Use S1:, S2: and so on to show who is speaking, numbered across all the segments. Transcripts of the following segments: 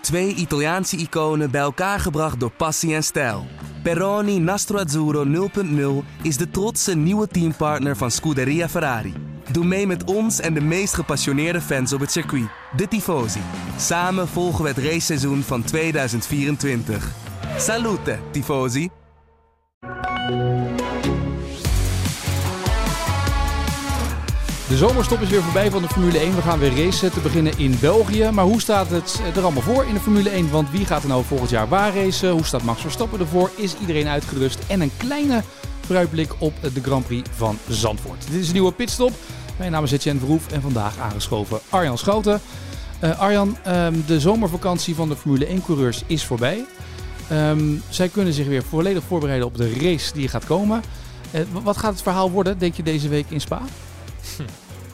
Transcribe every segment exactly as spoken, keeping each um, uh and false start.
S1: Twee Italiaanse iconen bij elkaar gebracht door passie en stijl. Peroni Nastro Azzurro nul punt nul is de trotse nieuwe teampartner van Scuderia Ferrari. Doe mee met ons en de meest gepassioneerde fans op het circuit, de Tifosi. Samen volgen we het raceseizoen van tweeduizend vierentwintig. Salute, Tifosi!
S2: De zomerstop is weer voorbij van de Formule één. We gaan weer racen, te beginnen in België. Maar hoe staat het er allemaal voor in de Formule één? Want wie gaat er nou volgend jaar waar racen? Hoe staat Max Verstappen ervoor? Is iedereen uitgerust? En een kleine vooruitblik op de Grand Prix van Zandvoort. Dit is een nieuwe pitstop. Mijn naam is Etienne Verhoef en vandaag aangeschoven Arjan Schouten. Uh, Arjan, um, de zomervakantie van de Formule één-coureurs is voorbij. Um, zij kunnen zich weer volledig voorbereiden op de race die gaat komen. Uh, wat gaat het verhaal worden, denk je, deze week in Spa?
S3: Hm.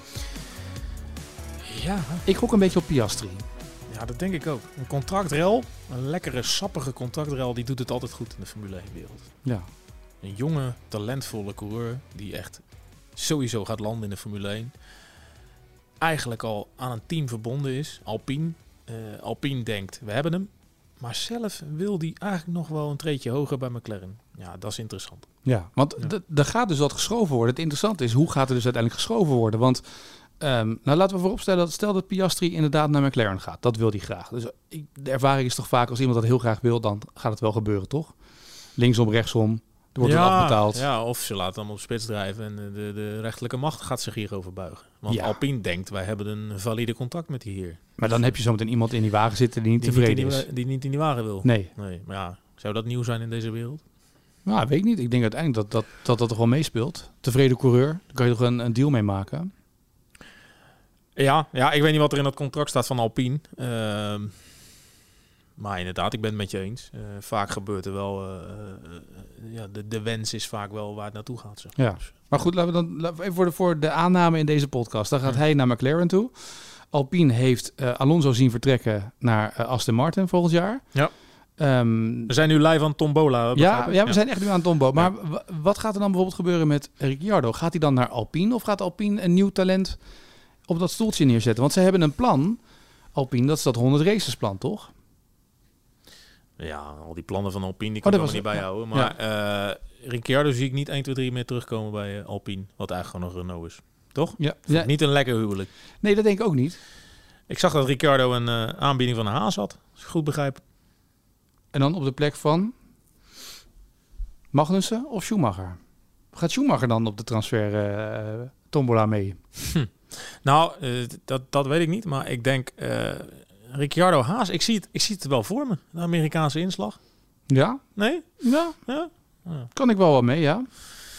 S3: Ja.
S2: Ik gok een beetje op Piastri.
S3: Ja, dat denk ik ook. Een contractrel, een lekkere, sappige contractrel, die doet het altijd goed in de Formule één-wereld.
S2: Ja.
S3: Een jonge, talentvolle coureur die echt sowieso gaat landen in de Formule één. Eigenlijk al aan een team verbonden is, Alpine. Uh, Alpine denkt, we hebben hem. Maar zelf wil die eigenlijk nog wel een treedje hoger bij McLaren. Ja, dat is interessant.
S2: Ja, want ja. d- er gaat dus wat geschoven worden. Het interessante is, hoe gaat er dus uiteindelijk geschoven worden? Want, um, nou laten we vooropstellen, dat stel dat Piastri inderdaad naar McLaren gaat. Dat wil hij graag. Dus ik, de ervaring is toch vaak, als iemand dat heel graag wil, dan gaat het wel gebeuren, toch? Linksom, rechtsom. Er wordt
S3: ja,
S2: er afbetaald.
S3: Ja, of ze laten hem op spits drijven en de, de rechterlijke macht gaat zich hierover buigen. Want ja. Alpine denkt, wij hebben een valide contact met die heer.
S2: Maar dan heb je zometeen iemand in die wagen zitten die niet
S3: die
S2: tevreden
S3: niet
S2: is.
S3: Die, die niet in die wagen wil.
S2: Nee.
S3: nee. Maar ja, zou dat nieuw zijn in deze wereld?
S2: Nou, weet ik niet. Ik denk uiteindelijk dat dat, dat, dat toch wel meespeelt. Tevreden coureur, daar kan je toch een, een deal mee maken?
S3: Ja, ja, ik weet niet wat er in dat contract staat van Alpine. Uh, Maar inderdaad, ik ben het met je eens. Uh, vaak gebeurt er wel... Uh, uh, ja, de, de wens is vaak wel waar het naartoe gaat. Zeg.
S2: Ja. Maar goed, laten we dan laten we even voor de, voor de aanname in deze podcast. Dan gaat ja. hij naar McLaren toe. Alpine heeft uh, Alonso zien vertrekken naar uh, Aston Martin volgend jaar.
S3: Ja.
S2: Um,
S3: we zijn nu live aan Tombola.
S2: Ja, ja, we ja. zijn echt nu aan Tombo. Maar ja. w- wat gaat er dan bijvoorbeeld gebeuren met Ricciardo? Gaat hij dan naar Alpine of gaat Alpine een nieuw talent op dat stoeltje neerzetten? Want ze hebben een plan, Alpine, dat is dat honderd races plan, toch?
S3: Ja, al die plannen van Alpine, die kan ik oh, niet bijhouden. Ja. Maar ja. uh, Ricciardo zie ik niet één, twee, drie meer terugkomen bij uh, Alpine. Wat eigenlijk gewoon nog Renault is. Toch?
S2: Ja. ja.
S3: Niet een lekker huwelijk.
S2: Nee, dat denk ik ook niet.
S3: Ik zag dat Ricciardo een uh, aanbieding van een Haas had. Als ik goed begrijp.
S2: En dan op de plek van Magnussen of Schumacher? Gaat Schumacher dan op de transfer uh, tombola mee?
S3: Hm. Nou, uh, dat, dat weet ik niet. Maar ik denk... Uh, Ricciardo Haas, ik zie, het, ik zie het wel voor me. De Amerikaanse inslag.
S2: Ja?
S3: Nee?
S2: Ja.
S3: ja? ja.
S2: Kan ik wel wat mee, ja.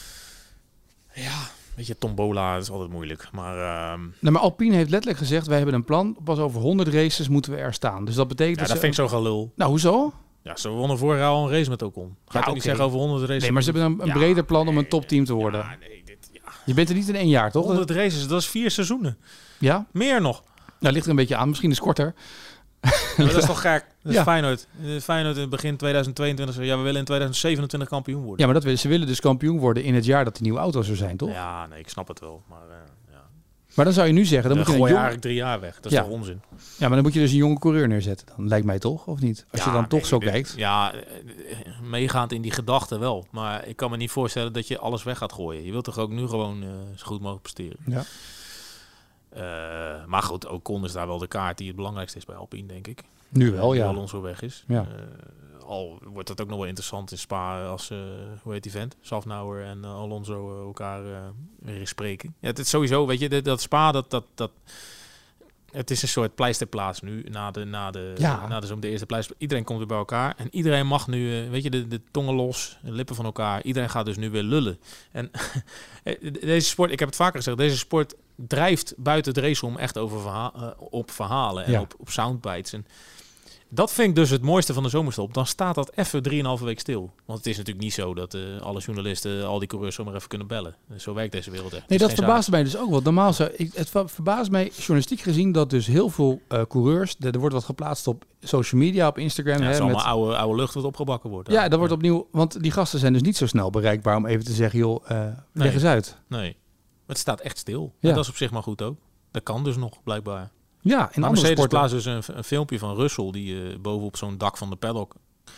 S3: Ja, weet je, tombola is altijd moeilijk. Maar, uh...
S2: nee, maar Alpine heeft letterlijk gezegd, wij hebben een plan. Pas over honderd races moeten we er staan. Dus dat betekent...
S3: Ja,
S2: dat,
S3: dat
S2: ze...
S3: vind ik zo gelul.
S2: Nou, hoezo?
S3: Ja, ze wonnen vorig jaar al een race met Ocon. Ga je ja, ook niet zeggen over honderd races?
S2: Nee, maar ze hebben een, een ja, breder plan nee, om een topteam te worden. Ja, nee, dit, ja. Je bent er niet in één jaar, toch?
S3: honderd races, dat is vier seizoenen.
S2: Ja?
S3: Meer nog.
S2: Nou, ligt er een beetje aan. Misschien is het korter.
S3: Ja, dat is toch gek? Dat is ja. Feyenoord. Feyenoord in het begin tweeduizend tweeëntwintig. Ja, we willen in tweeduizend zevenentwintig kampioen worden.
S2: Ja, maar dat willen, ze willen dus kampioen worden in het jaar dat de nieuwe auto's er zijn, toch?
S3: Ja, nee, ik snap het wel. Maar, uh, ja.
S2: maar dan zou je nu zeggen... Dan, dan moet je
S3: gooi je
S2: jong...
S3: eigenlijk drie jaar weg. Dat is
S2: ja.
S3: toch onzin?
S2: Ja, maar dan moet je dus een jonge coureur neerzetten. Dan lijkt mij toch, of niet? Als ja, je dan toch
S3: nee,
S2: zo
S3: dit,
S2: kijkt.
S3: Ja, meegaand in die gedachten wel. Maar ik kan me niet voorstellen dat je alles weg gaat gooien. Je wilt toch ook nu gewoon uh, zo goed mogelijk presteren.
S2: Ja.
S3: Uh, maar goed, Ocon is daar wel de kaart die het belangrijkste is bij Alpine, denk ik.
S2: Nu wel, ja.
S3: Nu Alonso weg is.
S2: Ja.
S3: Uh, al wordt het ook nog wel interessant in Spa als, uh, hoe heet die vent? Safnauer en uh, Alonso uh, elkaar uh, weer spreken. Ja, het is sowieso, weet je, dat, dat Spa, dat, dat, dat, het is een soort pleisterplaats nu, na de, na de,
S2: ja.
S3: na de, zo de eerste pleister. Iedereen komt weer bij elkaar en iedereen mag nu, uh, weet je, de, de tongen los, de lippen van elkaar. Iedereen gaat dus nu weer lullen. En deze sport, ik heb het vaker gezegd, deze sport drijft buiten het race om echt over verha- uh, op verhalen en ja. op, op soundbites. En dat vind ik dus het mooiste van de zomerstop. Dan staat dat even drieënhalve week stil. Want het is natuurlijk niet zo dat uh, alle journalisten al die coureurs zomaar even kunnen bellen. Zo werkt deze wereld echt.
S2: Nee, dat verbaast mij dus ook wel. Normaal zou ik, het verbaast mij journalistiek gezien dat dus heel veel uh, coureurs, er wordt wat geplaatst op social media, op Instagram.
S3: Ja,
S2: hè,
S3: het is allemaal
S2: met,
S3: oude, oude lucht wat opgebakken wordt.
S2: Ja, dat wordt opnieuw, want die gasten zijn dus niet zo snel bereikbaar om even te zeggen, joh, uh, leg nee. eens uit.
S3: Nee, het staat echt stil.
S2: Ja.
S3: En dat is op zich maar goed ook. Dat kan dus nog, blijkbaar.
S2: Ja, in
S3: maar
S2: andere
S3: Mercedes
S2: sporten.
S3: plaatst dus een, een filmpje van Russell die uh, bovenop zo'n dak van de paddock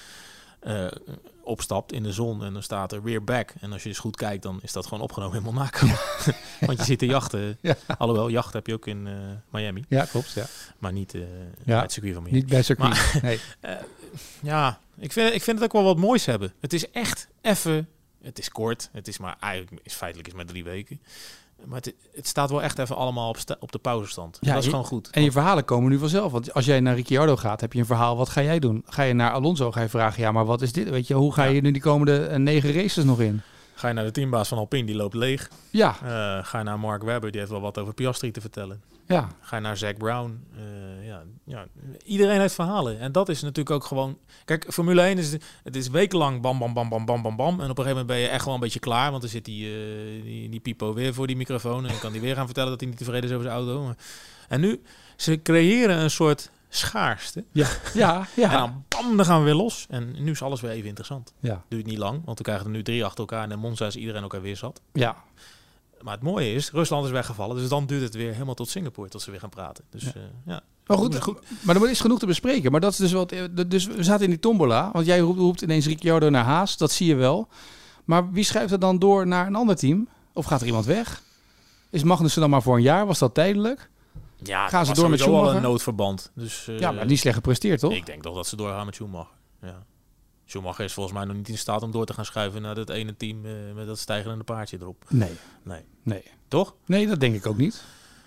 S3: uh, opstapt in de zon en dan staat er weer back. En als je eens goed kijkt, dan is dat gewoon opgenomen in Monaco. Want je ziet de jachten. Ja. Alhoewel, jacht heb je ook in uh, Miami.
S2: Ja, klopt. Ja.
S3: Maar niet uh,
S2: ja.
S3: bij het circuit van Miami.
S2: Niet bij het circuit.
S3: Maar,
S2: nee.
S3: uh, ja, ik vind, ik vind het ook wel wat moois hebben. Het is echt even... Het is kort. Het is maar eigenlijk is feitelijk is maar drie weken. Maar het, het staat wel echt even allemaal op, sta, op de pauzestand. Ja, dat is je, gewoon goed.
S2: En je verhalen komen nu vanzelf. Want als jij naar Ricciardo gaat, heb je een verhaal. Wat ga jij doen? Ga je naar Alonso, ga je vragen, ja, maar wat is dit? Weet je, hoe ga je ja. nu die komende uh, negen races nog in?
S3: Ga je naar de teambaas van Alpine, die loopt leeg.
S2: Ja.
S3: Uh, ga je naar Mark Webber, die heeft wel wat over Piastri te vertellen.
S2: Ja.
S3: Ga je naar Zac Brown. Uh, ja, ja, iedereen heeft verhalen. En dat is natuurlijk ook gewoon... Kijk, Formule één is, het is wekenlang bam, bam, bam, bam, bam, bam, bam. En op een gegeven moment ben je echt wel een beetje klaar. Want dan zit die, uh, die, die Pipo weer voor die microfoon. En dan kan die weer gaan vertellen dat hij niet tevreden is over zijn auto. Maar... En nu, ze creëren een soort schaarste.
S2: Ja, ja, ja.
S3: En dan bam, dan gaan we weer los. En nu is alles weer even interessant.
S2: Ja.
S3: Duurt niet lang, want we krijgen er nu drie achter elkaar. En in Monza is iedereen elkaar weer zat.
S2: Ja.
S3: Maar het mooie is, Rusland is weggevallen. Dus dan duurt het weer helemaal tot Singapore tot ze weer gaan praten. Dus ja. Uh, ja.
S2: Maar goed, goed, maar er is genoeg te bespreken. Maar dat is dus wat. Dus we zaten in die tombola. Want jij roept, roept ineens Ricciardo naar Haas. Dat zie je wel. Maar wie schuift er dan door naar een ander team? Of gaat er iemand weg? Is Magnussen dan maar voor een jaar? Was dat tijdelijk?
S3: Ja,
S2: gaan ze door met Schumacher?
S3: Wel een noodverband. Dus, uh,
S2: ja, maar niet slecht gepresteerd, toch?
S3: Ik denk toch dat ze doorgaan met Schumacher. Ja. Schumacher is volgens mij nog niet in staat om door te gaan schuiven naar dat ene team uh, met dat stijgerende paardje erop.
S2: Nee.
S3: Nee.
S2: Nee.
S3: Toch?
S2: Nee, dat denk ik ook niet.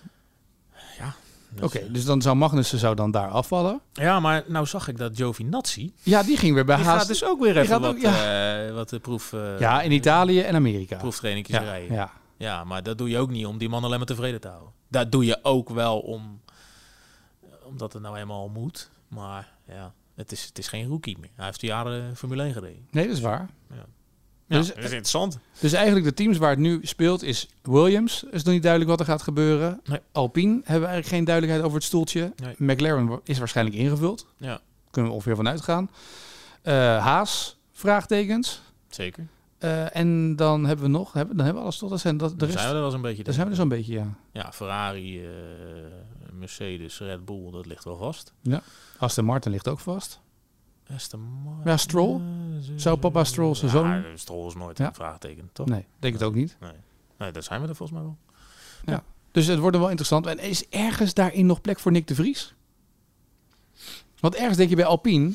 S3: Ja.
S2: Dus, Oké, okay, dus dan zou Magnussen zou dan daar afvallen.
S3: Ja, maar nou zag ik dat Giovinazzi...
S2: Ja, die ging weer bij
S3: die
S2: Haas.
S3: gaat dus ook weer even wat,
S2: ook, ja.
S3: uh, wat de proef... Uh,
S2: ja, in Italië en Amerika.
S3: Proeftrainingjes
S2: ja,
S3: rijden.
S2: Ja.
S3: ja, maar dat doe je ook niet om die man alleen maar tevreden te houden. Dat doe je ook wel om... Omdat het nou eenmaal moet. Maar ja, het is, het is geen rookie meer. Hij heeft jaren Formule één gereden.
S2: Nee, dat is waar.
S3: Ja. Ja, dus, dat is interessant.
S2: Dus eigenlijk de teams waar het nu speelt is Williams. Is nog niet duidelijk wat er gaat gebeuren.
S3: Nee.
S2: Alpine hebben we eigenlijk geen duidelijkheid over het stoeltje.
S3: Nee.
S2: McLaren is waarschijnlijk ingevuld.
S3: Ja.
S2: Kunnen we ongeveer van uitgaan. Uh, Haas, vraagtekens.
S3: Zeker.
S2: Uh, en dan hebben we nog, hebben, dan hebben we alles toch? Dat zijn, dat, de
S3: dan
S2: rest,
S3: zijn we er wel zo'n beetje.
S2: Dan zijn we er zo'n beetje, ja.
S3: Ja, Ferrari, uh, Mercedes, Red Bull, dat ligt wel vast.
S2: Ja. Aston Martin ligt ook vast.
S3: Aston Martin.
S2: Ja, Stroll. Zou papa Stroll zijn zoon?
S3: Ja, Stroll is nooit ja. een vraagteken, toch?
S2: Nee, denk het ook niet.
S3: Nee. nee, daar zijn we er volgens mij wel.
S2: Ja. ja. Dus het wordt wel interessant. En is ergens daarin nog plek voor Nick de Vries? Want ergens denk je bij Alpine,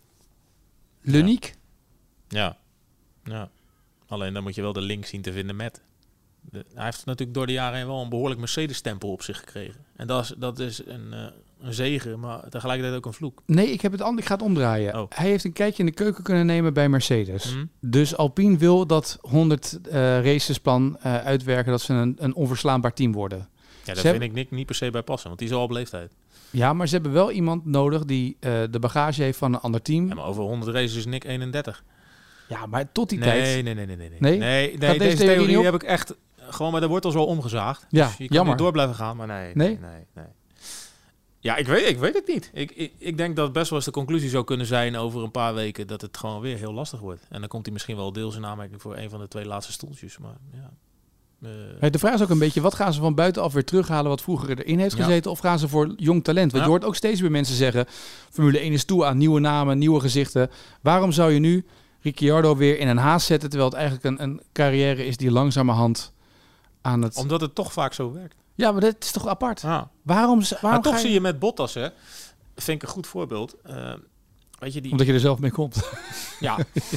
S2: Lunique.
S3: Ja. ja. ja. Alleen dan moet je wel de link zien te vinden met. De, hij heeft natuurlijk door de jaren heen wel een behoorlijk Mercedes-stempel op zich gekregen. En dat is, dat is een, uh, een zegen, maar tegelijkertijd ook een vloek.
S2: Nee, ik, heb het and- ik ga het omdraaien.
S3: Oh.
S2: Hij heeft een kijkje in de keuken kunnen nemen bij Mercedes.
S3: Mm.
S2: Dus Alpine wil dat honderd uh, racesplan uh, uitwerken, dat ze een, een onverslaanbaar team worden.
S3: Ja, daar
S2: ze
S3: vind
S2: hebben...
S3: ik niet, niet per se bij passen, want die is al op leeftijd.
S2: Ja, maar ze hebben wel iemand nodig die uh, de bagage heeft van een ander team.
S3: Ja, maar over honderd races is Nick eenendertig.
S2: Ja, maar tot die
S3: nee,
S2: tijd...
S3: Nee, nee, nee, nee. Nee,
S2: nee?
S3: nee, nee
S2: deze,
S3: deze
S2: theorie,
S3: theorie
S2: op?
S3: heb ik echt gewoon bij de wortels wel omgezaagd.
S2: Ja,
S3: dus je kan
S2: jammer.
S3: niet door blijven gaan, maar nee.
S2: Nee?
S3: Nee, nee, nee. Ja, ik weet, ik weet het niet. Ik, ik, ik denk dat best wel eens de conclusie zou kunnen zijn over een paar weken dat het gewoon weer heel lastig wordt. En dan komt hij misschien wel deels in aanmerking voor een van de twee laatste stoeltjes. Maar ja...
S2: Uh... De vraag is ook een beetje, wat gaan ze van buitenaf weer terughalen wat vroeger erin heeft gezeten? Ja. Of gaan ze voor jong talent? Want ja. je hoort ook steeds weer mensen zeggen, Formule één is toe aan nieuwe namen, nieuwe gezichten. Waarom zou je nu Ricciardo weer in een Haas zetten, terwijl het eigenlijk een, een carrière is die langzamerhand aan het...
S3: Omdat het toch vaak zo werkt.
S2: Ja, maar dat is toch apart?
S3: Ja.
S2: Waarom, waarom
S3: maar toch
S2: je...
S3: zie je met Bottas, hè, vind ik een goed voorbeeld. Uh, weet je, die...
S2: Omdat je er zelf mee komt.
S3: Ja,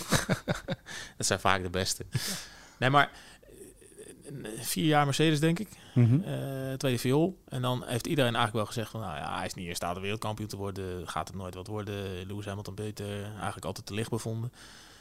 S3: dat zijn vaak de beste. Nee, maar vier jaar Mercedes, denk ik.
S2: Mm-hmm.
S3: Uh, tweede viool. En dan heeft iedereen eigenlijk wel gezegd van, nou ja, hij is niet in staat om wereldkampioen te worden. Gaat het nooit wat worden. Lewis Hamilton beter. Eigenlijk altijd te licht bevonden.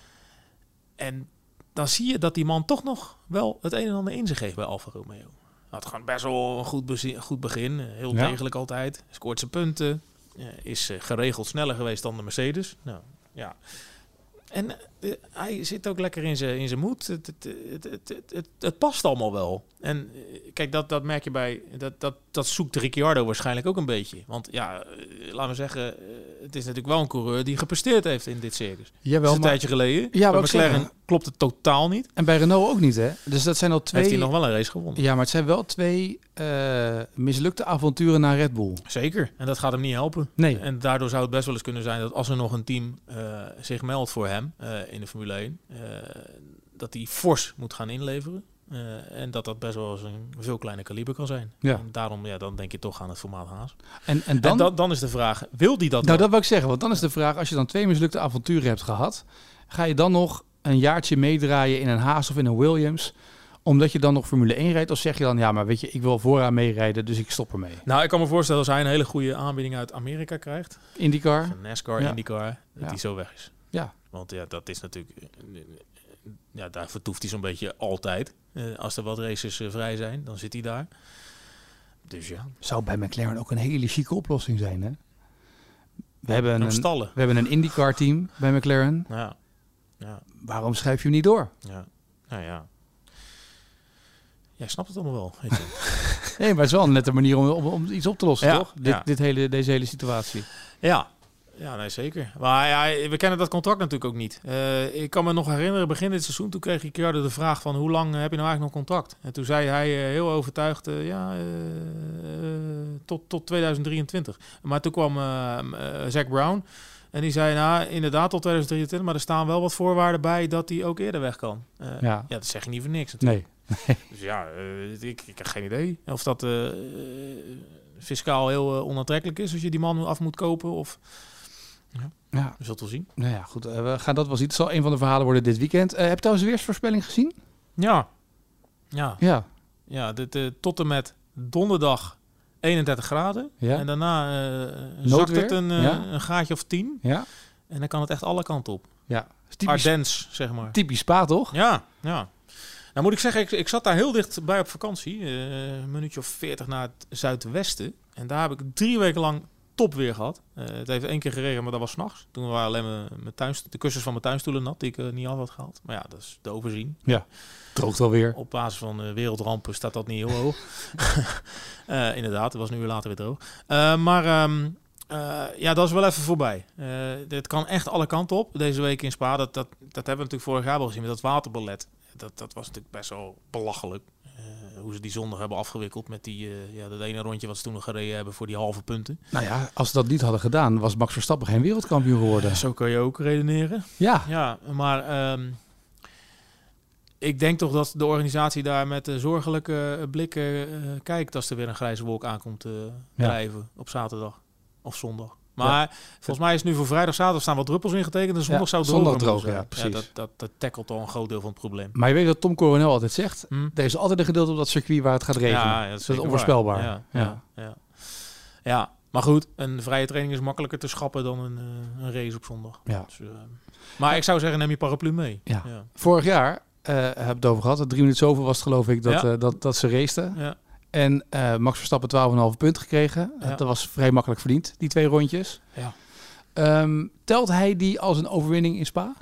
S3: En dan zie je dat die man toch nog wel het een en ander in zich heeft bij Alfa Romeo. Had gewoon best wel een goed, be- goed begin. Heel ja. degelijk altijd. Scoort zijn punten. Uh, is uh, geregeld sneller geweest dan de Mercedes. Nou, ja. En uh, hij zit ook lekker in zijn in zijn moed. Het, het, het, het, het, het, het past allemaal wel. En uh, kijk, dat, dat merk je bij... Dat, dat, dat zoekt Ricciardo waarschijnlijk ook een beetje. Want ja, uh, laten we zeggen... Uh, het is natuurlijk wel een coureur die gepresteerd heeft in dit circus.
S2: Jawel,
S3: dat is een
S2: maar...
S3: tijdje geleden.
S2: Ja,
S3: bij McLaren zeggen. Klopt het totaal niet.
S2: En bij Renault ook niet, hè? Dus dat zijn al twee...
S3: Heeft hij nog wel een race gewonnen.
S2: Ja, maar het zijn wel twee uh, mislukte avonturen naar Red Bull.
S3: Zeker. En dat gaat hem niet helpen.
S2: Nee.
S3: En daardoor zou het best wel eens kunnen zijn dat als er nog een team uh, zich meldt voor hem uh, in de Formule één, uh, dat hij fors moet gaan inleveren. Uh, en dat dat best wel eens een veel kleiner kaliber kan zijn.
S2: Ja.
S3: En daarom, ja, dan denk je toch aan het formaat Haas.
S2: En, en, dan,
S3: en da- dan is de vraag, wil die dat
S2: Nou,
S3: dan?
S2: dat wil ik zeggen. Want dan is de vraag, als je dan twee mislukte avonturen hebt gehad, ga je dan nog een jaartje meedraaien in een Haas of in een Williams, omdat je dan nog Formule één rijdt? Of zeg je dan, ja, maar weet je, ik wil vooraan meerijden, dus ik stop ermee.
S3: Nou, ik kan me voorstellen als hij een hele goede aanbieding uit Amerika krijgt.
S2: IndyCar.
S3: Van NASCAR,
S2: ja.
S3: IndyCar, dat
S2: ja.
S3: hij zo weg is.
S2: Ja.
S3: Want ja, dat is natuurlijk... Ja, daar vertoeft hij zo'n beetje altijd. Uh, als er wat races uh, vrij zijn, dan zit hij daar. Dus ja.
S2: Zou bij McLaren ook een hele chique oplossing zijn, hè? We hebben een,
S3: stallen.
S2: We hebben een IndyCar team bij McLaren.
S3: Ja. Ja.
S2: Waarom schrijf je hem niet door?
S3: Ja. Nou ja. Jij snapt het allemaal wel, weet je.
S2: Nee, maar het is wel een nette manier om, om, om iets op te lossen,
S3: ja,
S2: toch? Dit,
S3: ja.
S2: dit hele, deze hele situatie.
S3: Ja. Ja, nee, zeker. Maar ja, we kennen dat contract natuurlijk ook niet. Uh, ik kan me nog herinneren, begin dit seizoen, toen kreeg Ricciardo de vraag van hoe lang heb je nou eigenlijk nog contract? En toen zei hij uh, heel overtuigd, uh, ja, uh, uh, tot, tot tweeduizend drieëntwintig. Maar toen kwam uh, uh, Zac Brown en die zei, nou, inderdaad tot tweeduizend drieëntwintig, maar er staan wel wat voorwaarden bij dat hij ook eerder weg kan. Uh, ja. ja, dat zeg je niet voor niks natuurlijk.
S2: Nee. nee.
S3: Dus ja, uh, ik, ik heb geen idee of dat uh, uh, fiscaal heel uh, onaantrekkelijk is als je die man af moet kopen of... Ja, ja. We zullen het wel zien.
S2: Nou ja, goed. Uh, we gaan dat wel zien. Het zal een van de verhalen worden dit weekend. Uh, heb je trouwens de weersvoorspelling gezien?
S3: Ja. Ja.
S2: Ja.
S3: Ja, dit, uh, tot en met donderdag eenendertig graden.
S2: Ja.
S3: En daarna uh, zakt het een, uh,
S2: ja.
S3: een gaatje of tien.
S2: Ja.
S3: En dan kan het echt alle kanten op.
S2: Ja.
S3: Ardennes, zeg maar.
S2: Typisch Spa, toch?
S3: Ja, ja. Nou moet ik zeggen, ik, ik zat daar heel dichtbij op vakantie. Uh, een minuutje of veertig naar het zuidwesten. En daar heb ik drie weken lang top weer gehad. Uh, het heeft één keer geregend, maar dat was 's nachts. Toen waren alleen mijn, mijn tuinst- de kussens van mijn tuinstoelen nat, die ik uh, niet af had gehaald. Maar ja, dat is te overzien.
S2: Ja, droogt wel weer.
S3: Op basis van uh, wereldrampen staat dat niet heel hoog. uh, inderdaad, het was nu weer later weer droog. Uh, maar um, uh, ja, dat is wel even voorbij. Uh, dit kan echt alle kanten op. Deze week in Spa, dat, dat, dat hebben we natuurlijk vorig jaar al gezien met dat waterballet. Dat, dat was natuurlijk best wel belachelijk. Uh, hoe ze die zondag hebben afgewikkeld met die, uh, ja, dat ene rondje wat ze toen nog gereden hebben voor die halve punten.
S2: Nou ja, als ze dat niet hadden gedaan, was Max Verstappen geen wereldkampioen geworden.
S3: Uh, zo kan je ook redeneren.
S2: Ja.
S3: Ja, maar um, ik denk toch dat de organisatie daar met uh, zorgelijke blikken uh, kijkt als er weer een grijze wolk aankomt uh, drijven ja. op zaterdag of zondag. Maar ja. volgens mij is nu voor vrijdag, zaterdag staan wat druppels ingetekend. En zondag ja, zou het
S2: zondag droog, ja, precies.
S3: Ja, dat, dat, dat tackelt al een groot deel van het probleem.
S2: Maar je weet dat Tom Coronel altijd zegt,
S3: hmm?
S2: er is altijd een gedeelte op dat circuit waar het gaat regenen.
S3: Ja, ja, dat is,
S2: dat is onvoorspelbaar.
S3: Ja, ja, ja. Ja. ja, maar goed, een vrije training is makkelijker te schappen dan een, uh, een race op zondag.
S2: Ja.
S3: Dus, uh, maar ik zou zeggen, neem je paraplu mee.
S2: Ja.
S3: Ja.
S2: Vorig jaar, uh, heb ik het over gehad, drie minuten zoveel was het geloof ik, dat, ja. uh, dat, dat ze raceten.
S3: Ja.
S2: En uh, Max Verstappen twaalf komma vijf punt gekregen. Ja. Uh, dat was vrij makkelijk verdiend, die twee rondjes.
S3: Ja.
S2: Um, telt hij die als een overwinning in Spa?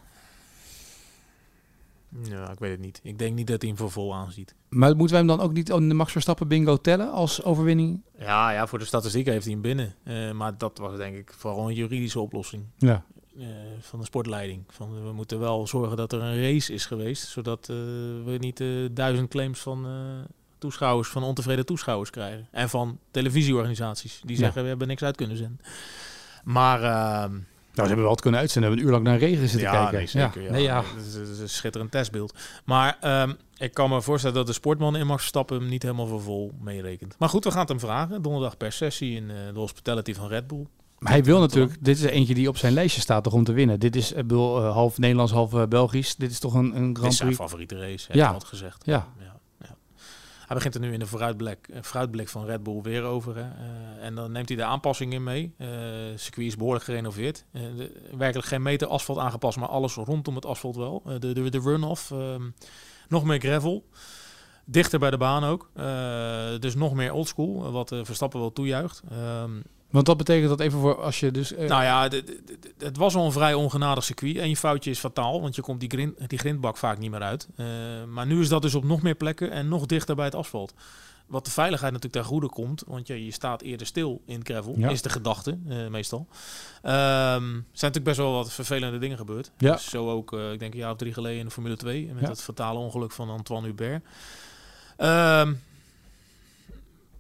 S3: Ja, ik weet het niet. Ik denk niet dat hij hem voor vol aanziet.
S2: Maar moeten wij hem dan ook niet in de Max Verstappen bingo tellen als overwinning?
S3: Ja, ja, voor de statistieken heeft hij hem binnen. Uh, maar dat was denk ik vooral een juridische oplossing.
S2: Ja.
S3: Uh, van de sportleiding. Van, uh, we moeten wel zorgen dat er een race is geweest. Zodat uh, we niet uh, duizend claims van... Uh, toeschouwers, van ontevreden toeschouwers krijgen. En van televisieorganisaties. Die zeggen, ja. we hebben niks uit kunnen zenden. Maar... Uh,
S2: nou, ze hebben wel het kunnen uitzenden. We hebben een uur lang naar regen zitten
S3: ja,
S2: kijken.
S3: Nee, zeker. Ja. Ja.
S2: Nee, ja.
S3: Het is een schitterend testbeeld. Maar um, ik kan me voorstellen dat de sportman in Max Verstappen hem niet helemaal voor vol meerekent. Maar goed, we gaan het hem vragen. Donderdag per sessie in uh, de hospitality van Red Bull.
S2: Maar hij wil natuurlijk, dit is eentje die op zijn lijstje staat toch om te winnen. Dit is, ik bedoel, uh, half Nederlands, half uh, Belgisch. Dit is toch een, een Grand Prix. Dit is
S3: zijn favoriete race, heb
S2: ja.
S3: je altijd gezegd.
S2: Ja.
S3: ja. Hij begint er nu in de vooruitblik, vooruitblik van Red Bull weer over. Hè. Uh, en dan neemt hij de aanpassingen in mee. Uh, het circuit is behoorlijk gerenoveerd. Uh, de, werkelijk geen meter asfalt aangepast, maar alles rondom het asfalt wel. Uh, de, de, de run-off. Uh, nog meer gravel. Dichter bij de baan ook. Uh, dus nog meer oldschool, wat uh, Verstappen wel toejuicht. Um,
S2: Want dat betekent dat even voor als je dus... Uh...
S3: Nou ja, d- d- d- het was al een vrij ongenadig circuit. En je foutje is fataal, want je komt die, grind, die grindbak vaak niet meer uit. Uh, maar nu is dat dus op nog meer plekken en nog dichter bij het asfalt. Wat de veiligheid natuurlijk ten goede komt, want je, je staat eerder stil in het gravel, ja. is de gedachte uh, meestal. Um, er zijn natuurlijk best wel wat vervelende dingen gebeurd.
S2: Ja.
S3: Dus zo ook, uh, ik denk een jaar of drie geleden in de Formule twee, met ja. het fatale ongeluk van Antoine Hubert. Um,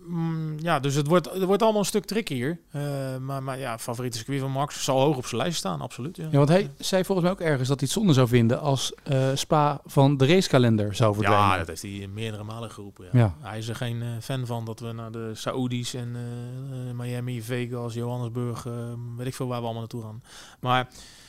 S3: mm, ja, dus het wordt, het wordt allemaal een stuk trickier. Uh, maar, maar ja, favoriete circuit van Max zal hoog op zijn lijst staan, absoluut. Ja,
S2: ja want hij zei volgens mij ook ergens dat hij het zonde zou vinden als uh, Spa van de racekalender zou verdwijnen.
S3: Ja, dat heeft hij meerdere malen geroepen. Ja. Ja. Hij is er geen uh, fan van dat we naar de Saoedi's en uh, Miami, Vegas, Johannesburg, uh, weet ik veel waar we allemaal naartoe gaan. Maar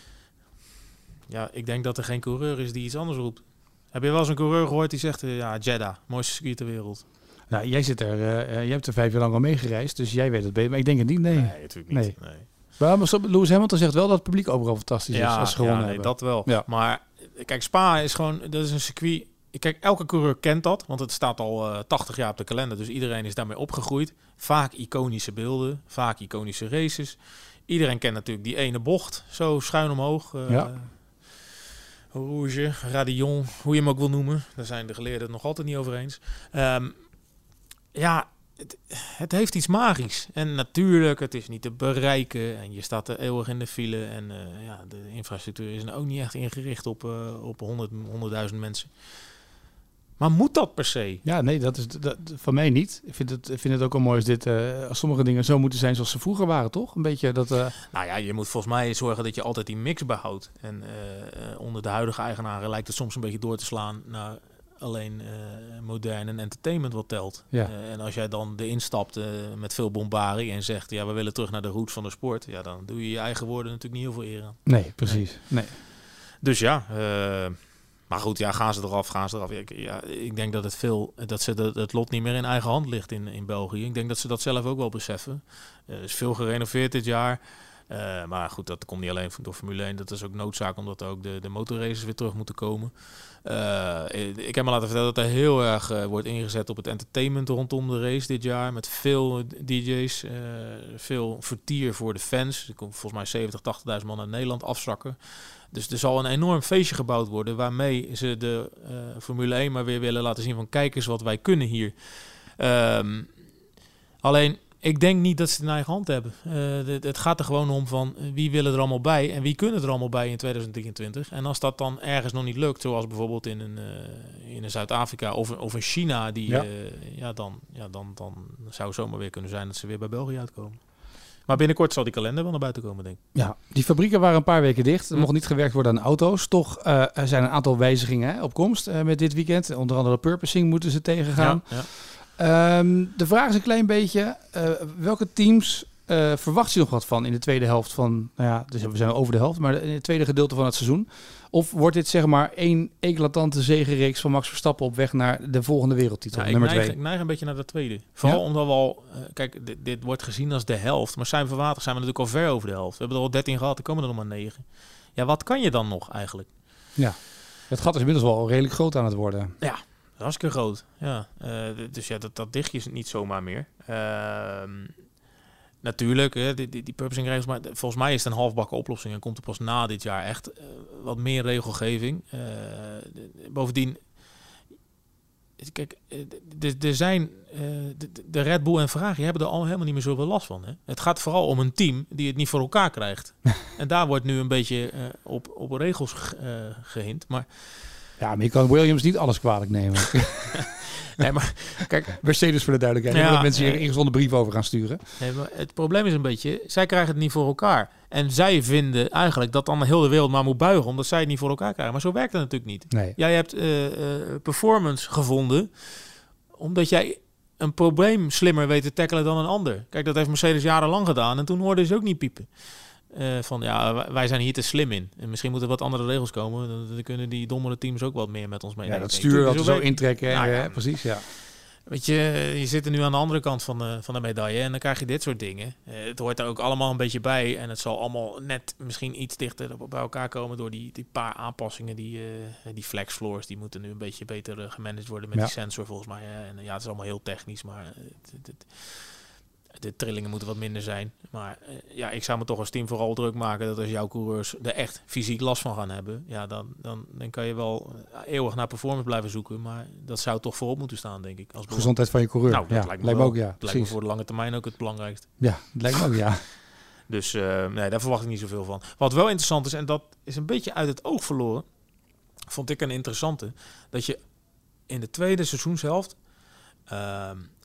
S3: ja, ik denk dat er geen coureur is die iets anders roept. Heb je wel eens een coureur gehoord die zegt, uh, ja, Jeddah, mooiste circuit ter wereld?
S2: Nou, jij zit er, uh, jij hebt er vijf jaar lang al mee gereisd, dus jij weet het beter. Maar ik denk het niet, nee.
S3: Nee, natuurlijk niet. Nee. Nee.
S2: Maar Lewis Hamilton zegt wel dat het publiek overal fantastisch ja, is als ze gewonnen
S3: ja, nee,
S2: hebben.
S3: Dat wel. Ja. Maar kijk, Spa is gewoon, dat is een circuit. Kijk, elke coureur kent dat, want het staat al uh, tachtig jaar op de kalender, dus iedereen is daarmee opgegroeid. Vaak iconische beelden, vaak iconische races. Iedereen kent natuurlijk die ene bocht, zo schuin omhoog. Uh, ja. Rouge, Radion, hoe je hem ook wil noemen. Daar zijn de geleerden het nog altijd niet over eens. Um, ja, het, het heeft iets magisch. En natuurlijk, het is niet te bereiken. En je staat er eeuwig in de file. En uh, ja, de infrastructuur is ook niet echt ingericht op, uh, op honderd, honderdduizend mensen. Maar moet dat per se?
S2: Ja, nee, dat is dat, van mij niet. Ik vind het, ik vind het ook al mooi als, dit, uh, als sommige dingen zo moeten zijn zoals ze vroeger waren, toch? Een beetje dat... Uh...
S3: Nou ja, je moet volgens mij zorgen dat je altijd die mix behoudt. En uh, onder de huidige eigenaren lijkt het soms een beetje door te slaan naar alleen uh, modern en entertainment wat telt. Ja. Uh, en als jij dan erin stapt uh, met veel bombarie en zegt, ja, we willen terug naar de roots van de sport. Ja, dan doe je je eigen woorden natuurlijk niet heel veel eer aan.
S2: Nee, precies. Nee. nee.
S3: Dus ja... Uh, Maar goed, ja, gaan ze eraf, gaan ze eraf. Ik, ja, ik denk dat het veel, dat ze de, het lot niet meer in eigen hand ligt in, in België. Ik denk dat ze dat zelf ook wel beseffen. Er is veel gerenoveerd dit jaar. Uh, maar goed, dat komt niet alleen door Formule één. Dat is ook noodzaak, omdat ook de, de motorraces weer terug moeten komen. Uh, ik heb me laten vertellen dat er heel erg uh, wordt ingezet op het entertainment rondom de race dit jaar. Met veel D J's, uh, veel vertier voor de fans. Er komt volgens mij zeventig, tachtigduizend man uit Nederland afzakken. Dus er zal een enorm feestje gebouwd worden waarmee ze de uh, Formule één maar weer willen laten zien van kijk eens wat wij kunnen hier. Um, alleen, ik denk niet dat ze het in eigen hand hebben. Uh, het, het gaat er gewoon om van wie willen er allemaal bij en wie kunnen er allemaal bij in tweeduizend drieëntwintig. En als dat dan ergens nog niet lukt, zoals bijvoorbeeld in een, uh, in een Zuid-Afrika of, of in China, die, ja. Uh, ja, dan, ja, dan, dan zou het zomaar weer kunnen zijn dat ze weer bij België uitkomen. Maar binnenkort zal die kalender wel naar buiten komen, denk ik.
S2: Ja, die fabrieken waren een paar weken dicht. Er hm. mocht niet gewerkt worden aan auto's. Toch uh, er zijn een aantal wijzigingen hè, op komst uh, met dit weekend. Onder andere purposing moeten ze tegengaan. Ja, ja. Um, de vraag is een klein beetje, uh, welke teams uh, verwacht je nog wat van in de tweede helft van, nou ja, dus we zijn over de helft, maar in het tweede gedeelte van het seizoen? Of wordt dit zeg maar één eclatante zegenreeks van Max Verstappen op weg naar de volgende wereldtitel,
S3: ja,
S2: nummer
S3: neig,
S2: twee?
S3: Ik neig een beetje naar de tweede. Vooral ja? omdat we al, uh, kijk, dit, dit wordt gezien als de helft, maar zijn we water zijn we natuurlijk al ver over de helft. We hebben er al dertien gehad, er komen er nog maar negen. Ja, wat kan je dan nog eigenlijk?
S2: Ja, het gat is inmiddels wel redelijk groot aan het worden.
S3: Ja. Hartstikke groot, ja. Uh, dus ja, dat, dat dichtje is niet zomaar meer. Uh, natuurlijk, hè, die, die, die purposing regels, maar volgens mij is het een halfbakken oplossing en komt er pas na dit jaar echt uh, wat meer regelgeving. Uh, bovendien, kijk, er zijn uh, de, de Red Bull en Ferrari hebben er al helemaal niet meer zoveel last van. Hè? Het gaat vooral om een team die het niet voor elkaar krijgt. En daar wordt nu een beetje uh, op, op regels uh, gehind, maar...
S2: Ja, maar je kan Williams niet alles kwalijk nemen.
S3: Nee, maar kijk,
S2: Mercedes voor de duidelijkheid. Ja, dat mensen hier een ingezonden brief over gaan sturen.
S3: Nee, maar het probleem is een beetje, zij krijgen het niet voor elkaar. En zij vinden eigenlijk dat dan de hele wereld maar moet buigen, omdat zij het niet voor elkaar krijgen. Maar zo werkt het natuurlijk niet.
S2: Nee.
S3: Jij hebt uh, uh, performance gevonden, omdat jij een probleem slimmer weet te tackelen dan een ander. Kijk, dat heeft Mercedes jarenlang gedaan en toen hoorden ze ook niet piepen. Uh, van ja, wij zijn hier te slim in. En misschien moeten er wat andere regels komen. Dan, dan kunnen die dommere teams ook wat meer met ons mee.
S2: Ja, dat stuur wat zo, zo intrekken. Nou, ja, ja, precies, ja.
S3: Weet je, je zit er nu aan de andere kant van de, van de medaille en dan krijg je dit soort dingen. Uh, het hoort er ook allemaal een beetje bij en het zal allemaal net misschien iets dichter bij elkaar komen door die, die paar aanpassingen. Die, uh, die flex floors, die moeten nu een beetje beter uh, gemanaged worden met ja. die sensor volgens mij. Uh, en ja, het is allemaal heel technisch, maar... Uh, het, het, de trillingen moeten wat minder zijn. Maar uh, ja, ik zou me toch als team vooral druk maken dat als jouw coureurs er echt fysiek last van gaan hebben, ja, dan, dan, dan kan je wel uh, eeuwig naar performance blijven zoeken. Maar dat zou toch voorop moeten staan, denk ik. Als
S2: gezondheid van je coureur.
S3: Nou, dat
S2: ja,
S3: lijkt me,
S2: lijkt me ook, ja.
S3: Dat lijkt me voor de lange termijn ook het belangrijkste.
S2: Ja, dat lijkt me ook, ja.
S3: Dus uh, nee, daar verwacht ik niet zoveel van. Wat wel interessant is, en dat is een beetje uit het oog verloren, vond ik een interessante, dat je in de tweede seizoenshelft Uh,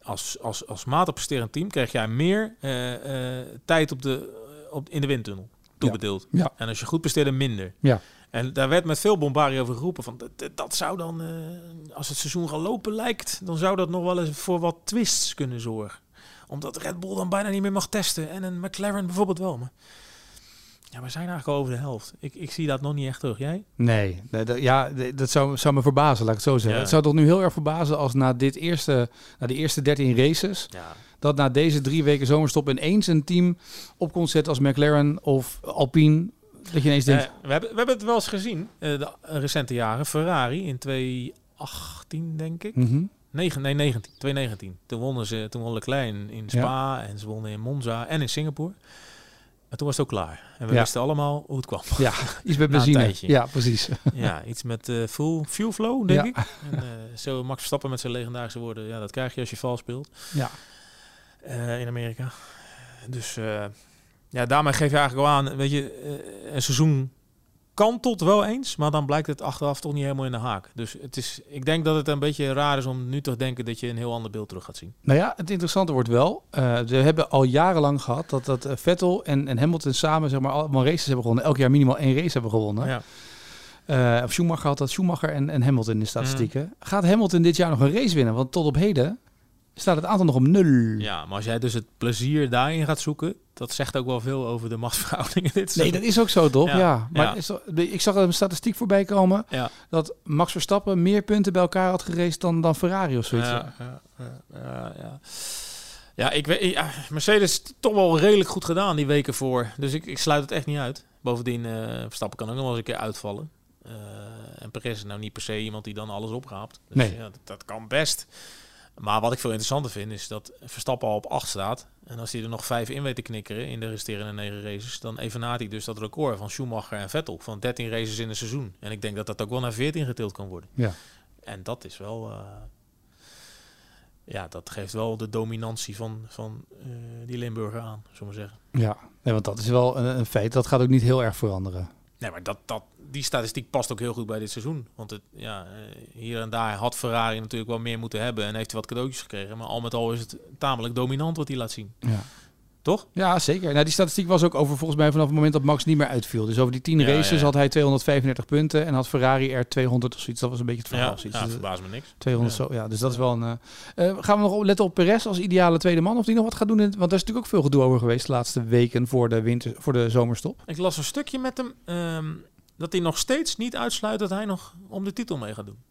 S3: als, als, als matig presterend team krijg jij meer uh, uh, tijd op de, op, in de windtunnel toebedeeld.
S2: Ja. Ja.
S3: En als je goed presteert, minder.
S2: Ja.
S3: En daar werd met veel bombardie over geroepen van dat, dat zou dan, uh, als het seizoen gaan lopen lijkt, dan zou dat nog wel eens voor wat twists kunnen zorgen. Omdat Red Bull dan bijna niet meer mag testen en een McLaren bijvoorbeeld wel. Maar ja, we zijn eigenlijk al over de helft. Ik, ik zie dat nog niet echt terug. Jij?
S2: Nee, dat, dat, ja, dat zou, zou me verbazen, laat ik het zo zeggen.
S3: Ja.
S2: Het zou toch nu heel erg verbazen als na dit eerste, na de eerste dertien races,
S3: Ja.
S2: dat na deze drie weken zomerstop ineens een team op kon zetten als McLaren of Alpine. Dat je ineens denkt...
S3: Uh, we, hebben, we hebben het wel eens gezien, uh, de recente jaren. Ferrari in tweeduizend achttien, denk ik.
S2: Mm-hmm.
S3: negen, nee, negentien, tweeduizend negentien. Toen wonnen ze, toen won Leclerc in, in Spa ja. en ze wonnen in Monza en in Singapore. En toen was het ook klaar. En we ja. wisten allemaal hoe het kwam.
S2: Ja, iets met benzine. Ja, precies.
S3: Ja, iets met uh, full fuel flow, denk
S2: ja.
S3: ik. En uh, zo Max Verstappen met zijn legendarische woorden. Ja, dat krijg je als je vals speelt.
S2: Ja.
S3: Uh, in Amerika. Dus uh, ja, daarmee geef je eigenlijk al aan, weet je, uh, een seizoen kan tot wel eens, maar dan blijkt het achteraf toch niet helemaal in de haak. Dus het is, ik denk dat het een beetje raar is om nu te denken dat je een heel ander beeld terug gaat zien.
S2: Nou ja, het interessante wordt wel, uh, we hebben al jarenlang gehad dat, dat uh, Vettel en, en Hamilton samen zeg maar allemaal races hebben gewonnen. Elk jaar minimaal één race hebben gewonnen.
S3: Ja.
S2: Uh, of Schumacher had dat, Schumacher en, en Hamilton in de statistieken. Mm. Gaat Hamilton dit jaar nog een race winnen? Want tot op heden staat het aantal nog om nul.
S3: Ja, maar als jij dus het plezier daarin gaat zoeken, dat zegt ook wel veel over de machtsverhoudingen. Dit
S2: nee, dat is ook zo, toch? Ja. ja. Maar
S3: ja.
S2: Is er, ik zag een statistiek voorbij komen
S3: ja.
S2: dat Max Verstappen meer punten bij elkaar had geraced dan, dan Ferrari of zoiets.
S3: Ja, ja, ja, ja, ja. ja ik weet, ja, Mercedes toch wel redelijk goed gedaan die weken voor. Dus ik, ik sluit het echt niet uit. Bovendien, uh, Verstappen kan ook nog wel eens een keer uitvallen. Uh, en Perez is nou niet per se iemand die dan alles opraapt. Dus
S2: nee.
S3: ja, dat, dat kan best. Maar wat ik veel interessanter vind, is dat Verstappen al op acht staat. En als hij er nog vijf in weet te knikkeren in de resterende negen races, dan evenaart hij dus dat record van Schumacher en Vettel van dertien races in een seizoen. En ik denk dat dat ook wel naar veertien getild kan worden.
S2: Ja.
S3: En dat is wel... Uh, ja, dat geeft wel de dominantie van, van uh, die Limburger aan, zullen we zeggen.
S2: Ja, nee, want dat is wel een, een feit. Dat gaat ook niet heel erg veranderen.
S3: Nee, maar dat, dat, die statistiek past ook heel goed bij dit seizoen. Want het, ja, hier en daar had Ferrari natuurlijk wel meer moeten hebben en heeft hij wat cadeautjes gekregen. Maar al met al is het tamelijk dominant wat hij laat zien.
S2: Ja.
S3: Toch?
S2: Ja, zeker. Nou, die statistiek was ook over volgens mij vanaf het moment dat Max niet meer uitviel. Dus over die tien
S3: ja,
S2: races
S3: ja, ja.
S2: had hij tweehonderdvijfendertig punten en had Ferrari er tweehonderd of zoiets. Dat was een beetje het verhaal.
S3: Ja, ja, verbaast me niks.
S2: tweehonderd
S3: ja.
S2: Zo, ja, dus dat is wel een... Uh, uh, gaan we nog letten op Perez als ideale tweede man? Of die nog wat gaat doen? In, want daar is natuurlijk ook veel gedoe over geweest de laatste weken voor de, winter, voor de zomerstop.
S3: Ik las een stukje met hem um, dat hij nog steeds niet uitsluit dat hij nog om de titel mee gaat doen.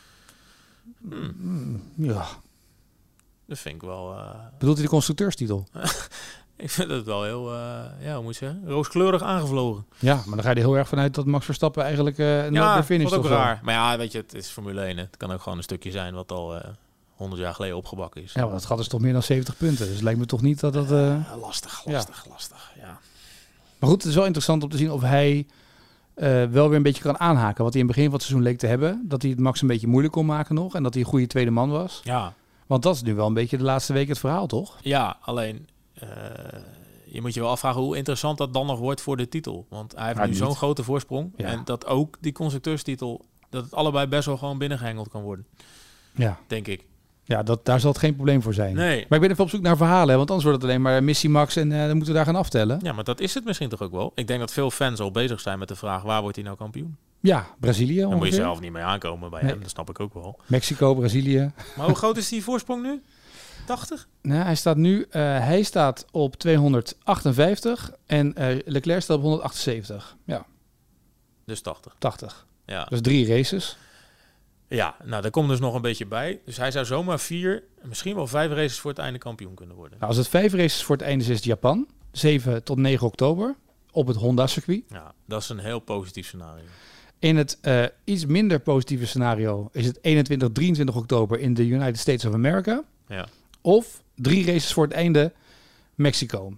S3: Hmm.
S2: Mm, ja.
S3: Dat vind ik wel... Uh...
S2: Bedoelt hij de constructeurstitel?
S3: Ik vind het wel heel, uh, ja, hoe moet je zeggen, rooskleurig aangevlogen.
S2: Ja, maar dan ga je er heel erg vanuit dat Max Verstappen eigenlijk uh,
S3: ja,
S2: nooit meer finisht.
S3: Ja, ook
S2: of
S3: raar.
S2: zo.
S3: Maar ja, weet je, het is Formule één. Hè. Het kan ook gewoon een stukje zijn wat al uh, honderd jaar geleden opgebakken is.
S2: Ja, maar dat gaat dus toch meer dan zeventig punten. Dus het lijkt me toch niet dat dat... Uh...
S3: Uh, lastig, lastig, ja. lastig, ja.
S2: Maar goed, het is wel interessant om te zien of hij uh, wel weer een beetje kan aanhaken. Wat hij in het begin van het seizoen leek te hebben. Dat hij het Max een beetje moeilijk kon maken nog. En dat hij een goede tweede man was.
S3: Ja.
S2: Want dat is nu wel een beetje de laatste week het verhaal, toch?
S3: Ja, alleen... Uh, je moet je wel afvragen hoe interessant dat dan nog wordt voor de titel. Want hij heeft ja, nu zo'n grote voorsprong. Ja. En dat ook die constructeurstitel, dat het allebei best wel gewoon binnengehengeld kan worden.
S2: Ja.
S3: Denk ik.
S2: Ja, dat, daar zal het geen probleem voor zijn.
S3: Nee.
S2: Maar ik ben even op zoek naar verhalen, hè, want anders wordt het alleen maar Missie Max en uh, dan moeten we daar gaan aftellen.
S3: Ja, maar dat is het misschien toch ook wel. Ik denk dat veel fans al bezig zijn met de vraag, waar wordt hij nou kampioen?
S2: Ja, Brazilië
S3: Daar
S2: ongeveer.
S3: moet je zelf niet mee aankomen bij
S2: nee.
S3: hem, dat snap ik ook wel.
S2: Mexico, Brazilië.
S3: Maar hoe groot is die voorsprong nu? tachtig?
S2: Nou, hij staat nu uh, hij staat op tweehonderdachtenvijftig en uh, Leclerc staat op honderdachtenzeventig. Ja.
S3: Dus tachtig.
S2: tachtig.
S3: Ja.
S2: Dus drie races.
S3: Ja, nou daar komt dus nog een beetje bij. Dus hij zou zomaar vier, misschien wel vijf races voor het einde kampioen kunnen worden.
S2: Nou, als het vijf races voor het einde is, is het Japan. zeven tot negen oktober op het Honda-circuit.
S3: Ja, dat is een heel positief scenario.
S2: In het uh, iets minder positieve scenario is het eenentwintig, drieëntwintig oktober in de United States of America.
S3: Ja.
S2: Of drie races voor het einde Mexico.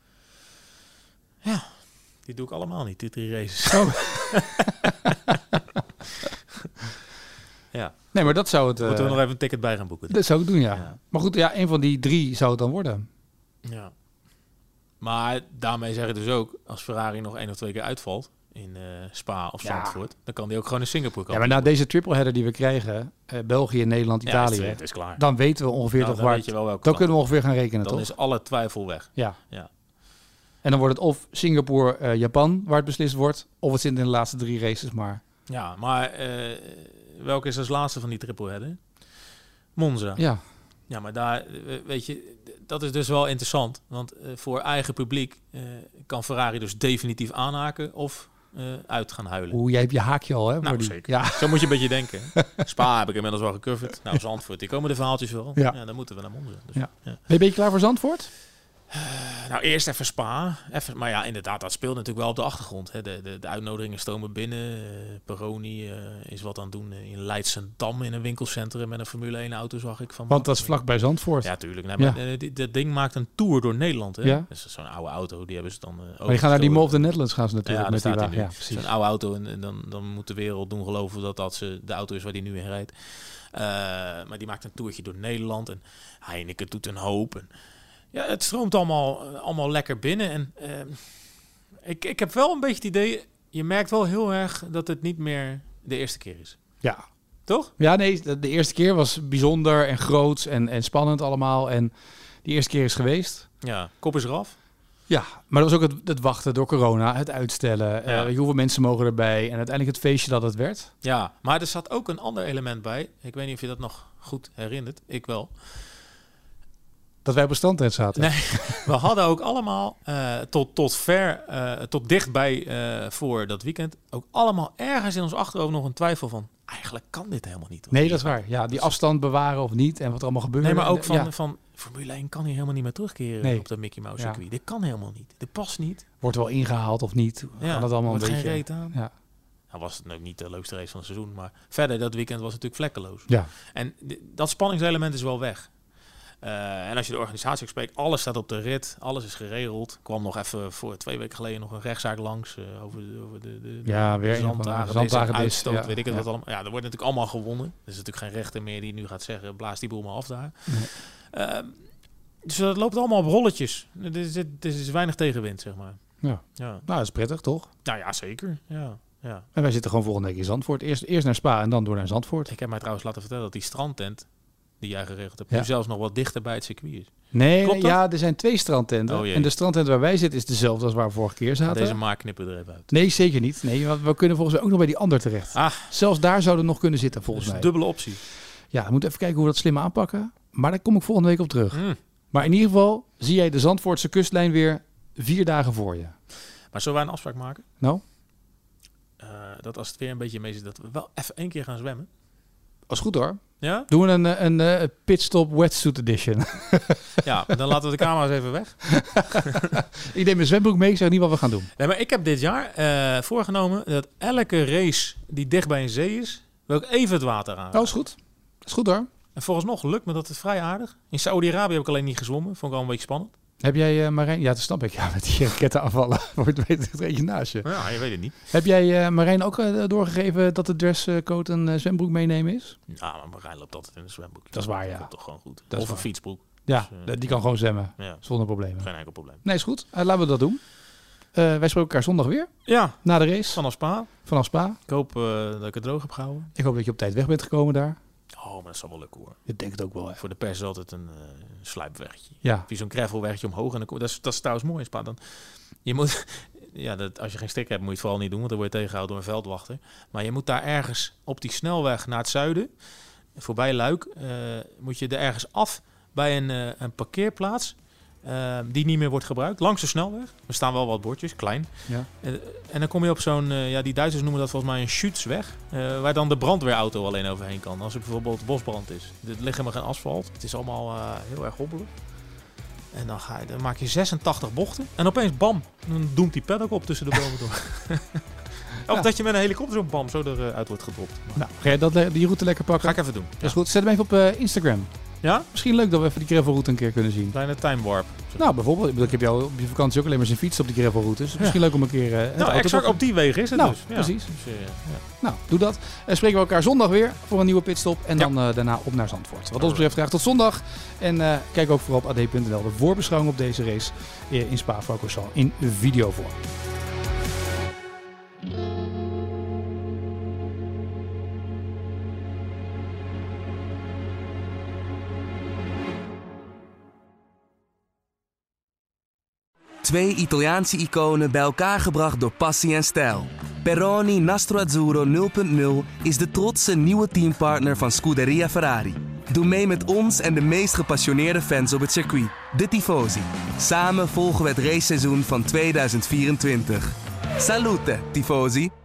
S3: Ja, die doe ik allemaal niet, die drie races. Oh. Ja.
S2: Nee, maar dat zou het... Uh,
S3: Moeten we nog even een ticket bij gaan boeken.
S2: Dat zou ik doen, ja. ja. Maar goed, ja, een van die drie zou het dan worden.
S3: Ja. Maar daarmee zeg je dus ook, als Ferrari nog één of twee keer uitvalt in uh, Spa of Zandvoort, ja. dan kan die ook gewoon in Singapore komen.
S2: Ja, maar na deze tripleheader die we krijgen, uh, België, Nederland, Italië,
S3: ja, het is klaar.
S2: Dan weten we ongeveer
S3: nou,
S2: toch waar.
S3: Weet je wel welke
S2: dan kunnen we ongeveer gaan rekenen,
S3: dan
S2: toch?
S3: Dan is alle twijfel weg.
S2: Ja.
S3: ja.
S2: En dan wordt het of Singapore, uh, Japan, waar het beslist wordt, of het zit in de laatste drie races maar.
S3: Ja, maar uh, welke is als laatste van die tripleheader? Monza.
S2: Ja.
S3: Ja, maar daar, weet je, dat is dus wel interessant. Want uh, voor eigen publiek uh, kan Ferrari dus definitief aanhaken of uh, uit gaan huilen.
S2: Oeh, jij hebt je haakje al, hè?
S3: Nou,
S2: die...
S3: zeker.
S2: Ja.
S3: Zo moet je een beetje denken. Spa heb ik inmiddels wel gecoverd. Nou, Zandvoort, die komen de verhaaltjes wel.
S2: Ja.
S3: Ja, dan moeten we naar Monza. Dus,
S2: ja.
S3: Ja.
S2: Ben je een beetje klaar voor Zandvoort?
S3: Uh, nou, eerst even Spa. Even, maar ja, inderdaad, dat speelt natuurlijk wel op de achtergrond. Hè. De, de, de uitnodigingen stomen binnen. Uh, Peroni uh, is wat aan het doen in Leidsendam in een winkelcentrum met een Formule één auto, zag ik. Van
S2: Want dat is vlakbij Zandvoort.
S3: Ja, tuurlijk. Nee, maar ja. Dat ding maakt een tour door Nederland. Hè.
S2: Ja.
S3: Dus zo'n oude auto, die hebben ze dan... Uh,
S2: maar die gaan naar die Mall of the Netherlands gaan ze natuurlijk
S3: ja,
S2: met die
S3: wagen.
S2: Ja,
S3: zo'n oude auto en, en dan, dan moet de wereld doen geloven dat dat ze de auto is waar die nu in rijdt. Uh, maar die maakt een toertje door Nederland en Heineken doet een hoop en ja, het stroomt allemaal, allemaal lekker binnen. En uh, ik, ik heb wel een beetje het idee, je merkt wel heel erg dat het niet meer de eerste keer is.
S2: Ja.
S3: Toch?
S2: Ja, nee, de, de eerste keer was bijzonder en groots en, en spannend allemaal. En die eerste keer is geweest.
S3: Ja, kop is eraf.
S2: Ja, maar dat was ook het, het wachten door corona, het uitstellen. Ja. Uh, hoeveel mensen mogen erbij en uiteindelijk het feestje dat het werd.
S3: Ja, maar er zat ook een ander element bij. Ik weet niet of je dat nog goed herinnert. Ik wel.
S2: Dat wij op een strandtent zaten.
S3: Nee, we hadden ook allemaal uh, tot, tot ver, uh, tot dichtbij uh, voor dat weekend ook allemaal ergens in ons achterhoofd nog een twijfel van, eigenlijk kan dit helemaal niet.
S2: Nee, dat is waar. Ja, die afstand bewaren of niet en wat er allemaal gebeurt.
S3: Nee, maar ook van,
S2: ja.
S3: van Formule één kan hier helemaal niet meer terugkeren nee. op dat Mickey Mouse circuit. Ja. Dit kan helemaal niet. Dit past niet.
S2: Wordt wel ingehaald of niet.
S3: Ja,
S2: kan het allemaal een beetje.
S3: Geen reet aan.
S2: Ja.
S3: Nou was het ook niet de leukste race van het seizoen, maar verder dat weekend was het natuurlijk vlekkeloos.
S2: Ja.
S3: En d- dat spanningselement is wel weg. Uh, en als je de organisatie spreekt, alles staat op de rit, alles is geregeld. Kwam nog even voor twee weken geleden nog een rechtszaak langs uh, over de, over de, de,
S2: ja, weer
S3: de zanddagen,
S2: zanddagen
S3: uitstoot,
S2: ja,
S3: weet ik het
S2: ja.
S3: wat allemaal. Ja, er wordt natuurlijk allemaal gewonnen. Er is natuurlijk geen rechter meer die nu gaat zeggen, blaas die boel maar af daar. Nee. Uh, dus dat loopt allemaal op rolletjes. Er is, er is weinig tegenwind, zeg maar.
S2: Ja.
S3: Ja.
S2: Nou, dat is prettig, toch?
S3: Nou ja, zeker. Ja. Ja.
S2: En wij zitten gewoon volgende week in Zandvoort. Eerst, eerst naar Spa en dan door naar Zandvoort.
S3: Ik heb mij trouwens laten vertellen dat die strandtent die jij geregeld hebt,
S2: ja.
S3: nu zelfs nog wat dichter bij het circuit is.
S2: Nee, nee ja, er zijn twee strandtenten.
S3: Oh,
S2: en de strandtent waar wij zitten is dezelfde als waar we vorige keer zaten.
S3: Deze maak knippen er even uit.
S2: Nee, zeker niet. Nee, want we kunnen volgens mij ook nog bij die ander terecht.
S3: Ah.
S2: Zelfs daar zouden we nog kunnen zitten, volgens
S3: dus
S2: mij.
S3: Dubbele optie.
S2: Ja, we moeten even kijken hoe we dat slim aanpakken. Maar daar kom ik volgende week op terug.
S3: Mm.
S2: Maar in ieder geval zie jij de Zandvoortse kustlijn weer vier dagen voor je.
S3: Maar zullen wij een afspraak maken?
S2: Nou?
S3: Uh, dat als het weer een beetje mee zit, dat we wel even één keer gaan zwemmen.
S2: Dat is goed hoor.
S3: Ja?
S2: Doen we een, een, een pitstop wetsuit edition.
S3: Ja, dan laten we de camera's even weg.
S2: Ik neem mijn zwembroek mee, ik zeg niet wat we gaan doen.
S3: Nee, maar ik heb dit jaar uh, voorgenomen dat elke race die dicht bij een zee is, wil ik even het water aan.
S2: Dat is goed. Dat is goed hoor.
S3: En volgens lukt me dat het vrij aardig. In Saudi-Arabië heb ik alleen niet gezwommen. Vond ik al een beetje spannend.
S2: Heb jij, uh, Marijn... Ja, dat snap ik. Ja, met die raketten afvallen. Wordt het eentje naast je.
S3: Ja, je weet het niet.
S2: Heb jij uh, Marijn ook uh, doorgegeven dat de dresscode een uh, zwembroek meenemen is?
S3: Ja, maar Marijn loopt altijd in een zwembroek.
S2: Dat is waar, ja.
S3: Dat is toch gewoon goed.
S2: Dat
S3: of een fietsbroek.
S2: Ja,
S3: dus, uh,
S2: die kan gewoon zwemmen.
S3: Ja.
S2: Zonder problemen.
S3: Geen enkel probleem.
S2: Nee, is goed. Uh, laten we dat doen. Uh, wij spreken elkaar zondag weer.
S3: Ja.
S2: Na de race.
S3: Vanaf Spa.
S2: Vanaf Spa.
S3: Ik hoop uh, dat ik het droog heb gehouden.
S2: Ik hoop dat je op tijd weg bent gekomen daar.
S3: Oh, maar dat zal wel lukken hoor.
S2: Ik denk het ook wel. Hè.
S3: Voor de pers is altijd een uh, sluipwegje.
S2: Ja.
S3: Wie zo'n gravelwegje omhoog. En dan, dat, is, dat is trouwens mooi in Spa. Dan, je moet, ja, dat, als je geen sticker hebt, moet je het vooral niet doen. Want dan word je tegengehouden door een veldwachter. Maar je moet daar ergens op die snelweg naar het zuiden, voorbij Luik, uh, moet je er ergens af bij een, uh, een parkeerplaats. Uh, die niet meer wordt gebruikt, langs de snelweg. Er staan wel wat bordjes, klein.
S2: Ja.
S3: Uh, en dan kom je op zo'n, uh, ja, die Duitsers noemen dat volgens mij een schutsweg. Uh, waar dan de brandweerauto alleen overheen kan. Als er bijvoorbeeld bosbrand is. Er ligt helemaal geen asfalt. Het is allemaal uh, heel erg hobbelig. En dan, ga je, dan maak je zesentachtig bochten. En opeens bam, dan doemt die paddock op tussen de bomen door. Of ja. dat je met een helikopter zo'n bam zo eruit wordt gedropt. Maar
S2: nou, ga je dat, die route lekker pakken?
S3: Ga ik even doen.
S2: Dat is ja. goed. Zet hem even op uh, Instagram.
S3: Ja?
S2: Misschien leuk dat we even die gravelroute een keer kunnen zien.
S3: Kleine time warp.
S2: Nou, bijvoorbeeld. Ik, bedoel, ik heb jou op je vakantie ook alleen maar zijn fiets op die gravelroute. Dus misschien ja. leuk om een keer... Uh,
S3: nou, exact op die wegen is het
S2: nou,
S3: dus. Ja.
S2: Precies.
S3: Dus, uh, ja.
S2: Nou, doe dat. Uh, spreken we elkaar zondag weer voor een nieuwe pitstop. En dan ja. uh, daarna op naar Zandvoort. Wat ons betreft graag tot zondag. En uh, kijk ook vooral op a d punt n l. De voorbeschouwing op deze race in Spa-Francorchamps in videovorm.
S1: Twee Italiaanse iconen bij elkaar gebracht door passie en stijl. Peroni Nastro Azzurro nul punt nul is de trotse nieuwe teampartner van Scuderia Ferrari. Doe mee met ons en de meest gepassioneerde fans op het circuit, de Tifosi. Samen volgen we het raceseizoen van tweeduizend vierentwintig. Salute, Tifosi!